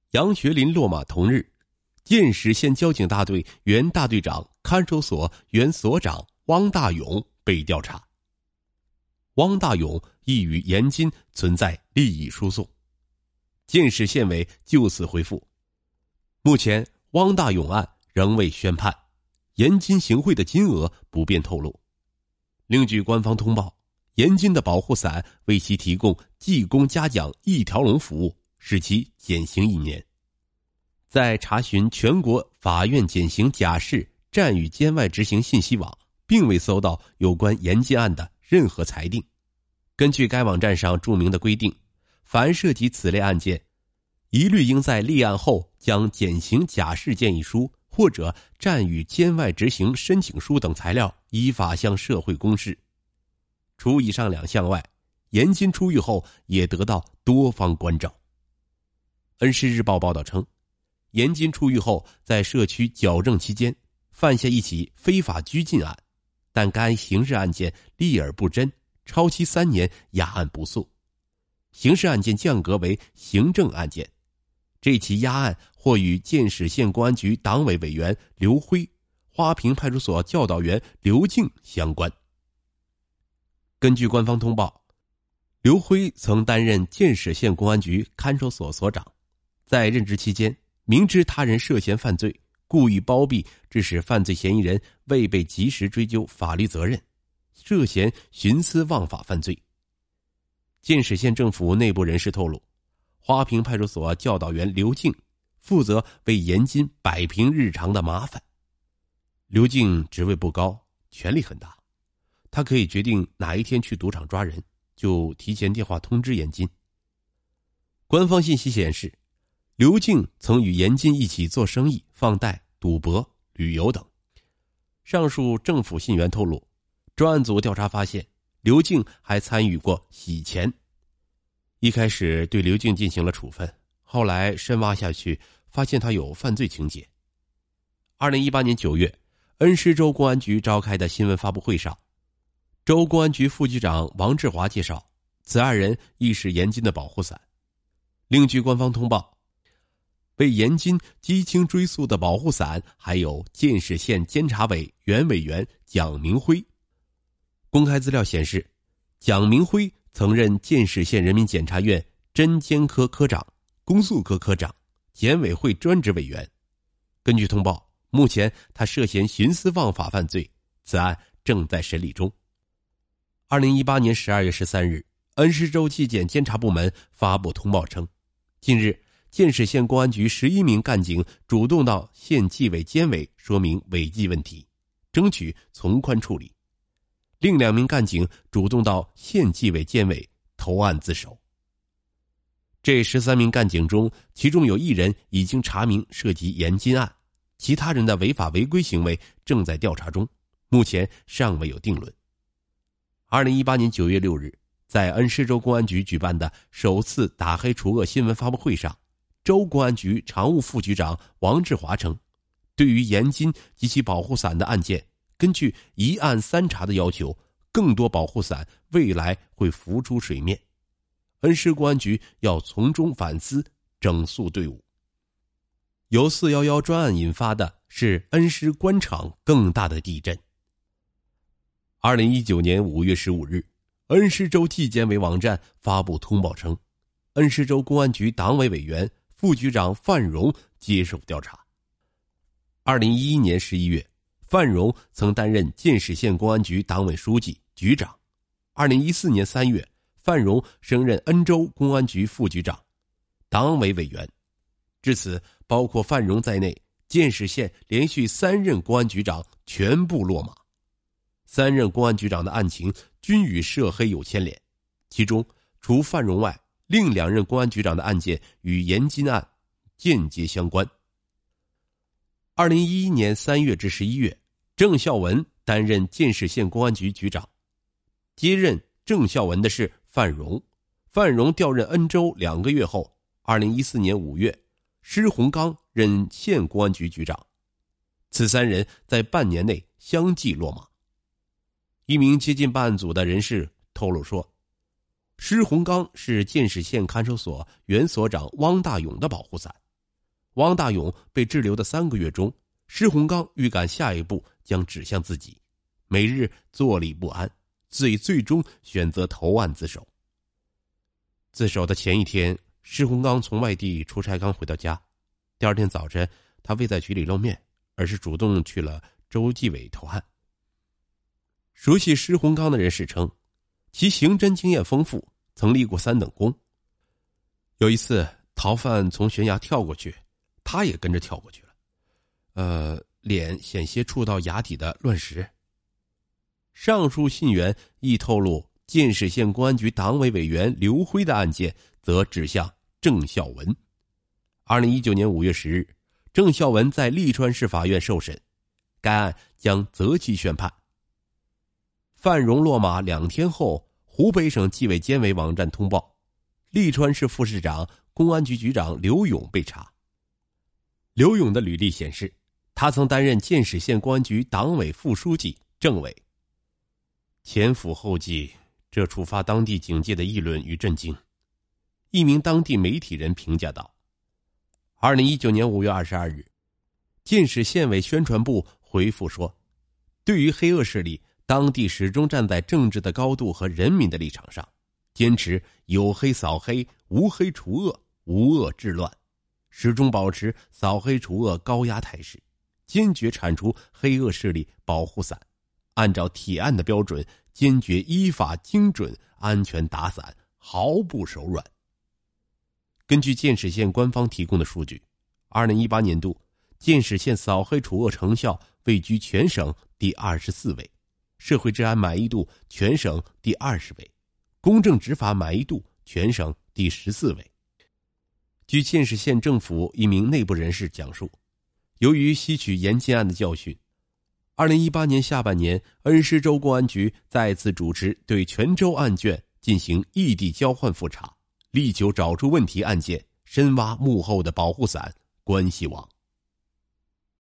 杨学林落马同日，建始县交警大队原大队长、看守所原所长汪大勇被调查。汪大勇亦与严金存在利益输送。建始县委就此回复，目前汪大勇案仍未宣判，严金行贿的金额不便透露。另据官方通报，严金的保护伞为其提供记功嘉奖一条龙服务，使其减刑1年。在查询全国法院减刑假释暂予监外执行信息网，并未搜到有关严金案的任何裁定。根据该网站上注明的规定，凡涉及此类案件，一律应在立案后将减刑假释建议书或者暂予监外执行申请书等材料依法向社会公示。除以上2项外，严金出狱后也得到多方关照。恩施日报报道称，严金出狱后在社区矫正期间犯下一起非法拘禁案，但该刑事案件立而不侦，超期3年押案不诉，刑事案件降格为行政案件。这起押案或与建始县公安局党委委员刘辉、花坪派出所教导员刘静相关。根据官方通报，刘辉曾担任建始县公安局看守所所长，在任职期间明知他人涉嫌犯罪，故意包庇，致使犯罪嫌疑人未被及时追究法律责任，涉嫌徇私枉法犯罪。建始县政府内部人士透露，花坪派出所教导员刘静负责为严金摆平日常的麻烦。刘静职位不高，权力很大，他可以决定哪一天去赌场抓人，就提前电话通知严金。官方信息显示，刘静曾与严金一起做生意、放贷、赌博、旅游等。上述政府信源透露，专案组调查发现，刘静还参与过洗钱。一开始对刘静进行了处分，后来深挖下去，发现他有犯罪情节。2018年9月，恩施州公安局召开的新闻发布会上，州公安局副局长王志华介绍，此2人亦是严金的保护伞。另据官方通报，为严金激情追诉的保护伞还有建始县监察委原委员蒋明辉。公开资料显示，蒋明辉曾任建始县人民检察院侦监科科长、公诉科科长、检委会专职委员。根据通报，目前他涉嫌徇私枉法犯罪，此案正在审理中。2018年12月13日，恩施州纪检监察部门发布通报称，近日建始县公安局11名干警主动到县纪委监委说明违纪问题，争取从宽处理。另2名干警主动到县纪委监委投案自首。这13名干警中，其中有1人已经查明涉及严金案，其他人的违法违规行为正在调查中，目前尚未有定论。2018年9月6日，在恩施州公安局举办的首次打黑除恶新闻发布会上，州公安局常务副局长王志华称，对于严金及其保护伞的案件，根据一案3查的要求，更多保护伞未来会浮出水面。恩施公安局要从中反思，整肃队伍。由411专案引发的是恩施官场更大的地震。2019年5月15日，恩施州纪检委网站发布通报称，恩施州公安局党委委员、副局长范荣接受调查。2011年11月，范荣曾担任建始县公安局党委书记、局长。2014年3月，范荣升任恩州公安局副局长、党委委员。至此，包括范荣在内，建始县连续3任公安局长全部落马。3任公安局长的案情均与涉黑有牵连，其中除范荣外，另2任公安局长的案件与严金案间接相关。2011年3月至11月，郑孝文担任建始县公安局局长，接任郑孝文的是范荣。范荣调任恩州2个月后，2014年5月，施洪刚任县公安局局长。此3人在半年内相继落马。一名接近办案组的人士透露说，施洪刚是建始县看守所原所长汪大勇的保护伞， 汪大勇被滞留的3个月中，施洪刚预感下一步将指向自己，每日坐立不安，最终选择投案自首。自首的前一天，施洪刚从外地出差刚回到家，第二天早晨他未在局里露面，而是主动去了周纪委投案。熟悉施洪刚的人士称，其刑侦经验丰富，曾立过3等功。有一次逃犯从悬崖跳过去，他也跟着跳过去了，脸险些触到崖底的乱石。上述信源亦透露，建始县公安局党委委员刘辉的案件则指向郑孝文。2019年5月10日，郑孝文在利川市法院受审，该案将择期宣判。范荣落马2天后，湖北省纪委监委网站通报，利川市副市长、公安局局长刘勇被查。刘勇的履历显示，他曾担任建始县公安局党委副书记、政委。前赴后继，这触发当地警界的议论与震惊。一名当地媒体人评价道：2019年5月22日，建始县委宣传部回复说，对于黑恶势力，当地始终站在政治的高度和人民的立场上，坚持有黑扫黑，无黑除恶，无恶治乱，始终保持扫黑除恶高压态势，坚决铲除黑恶势力保护伞，按照铁案的标准，坚决依法精准安全打伞，毫不手软。根据建始县官方提供的数据，2018年度建始县扫黑除恶成效位居全省第24位，社会治安满意度全省第20位，公正执法满意度全省第14位。据建始县政府一名内部人士讲述，由于吸取延津案的教训，2018年下半年，恩施州公安局再次主持对全州案卷进行异地交换复查，力求找出问题案件，深挖幕后的保护伞关系网。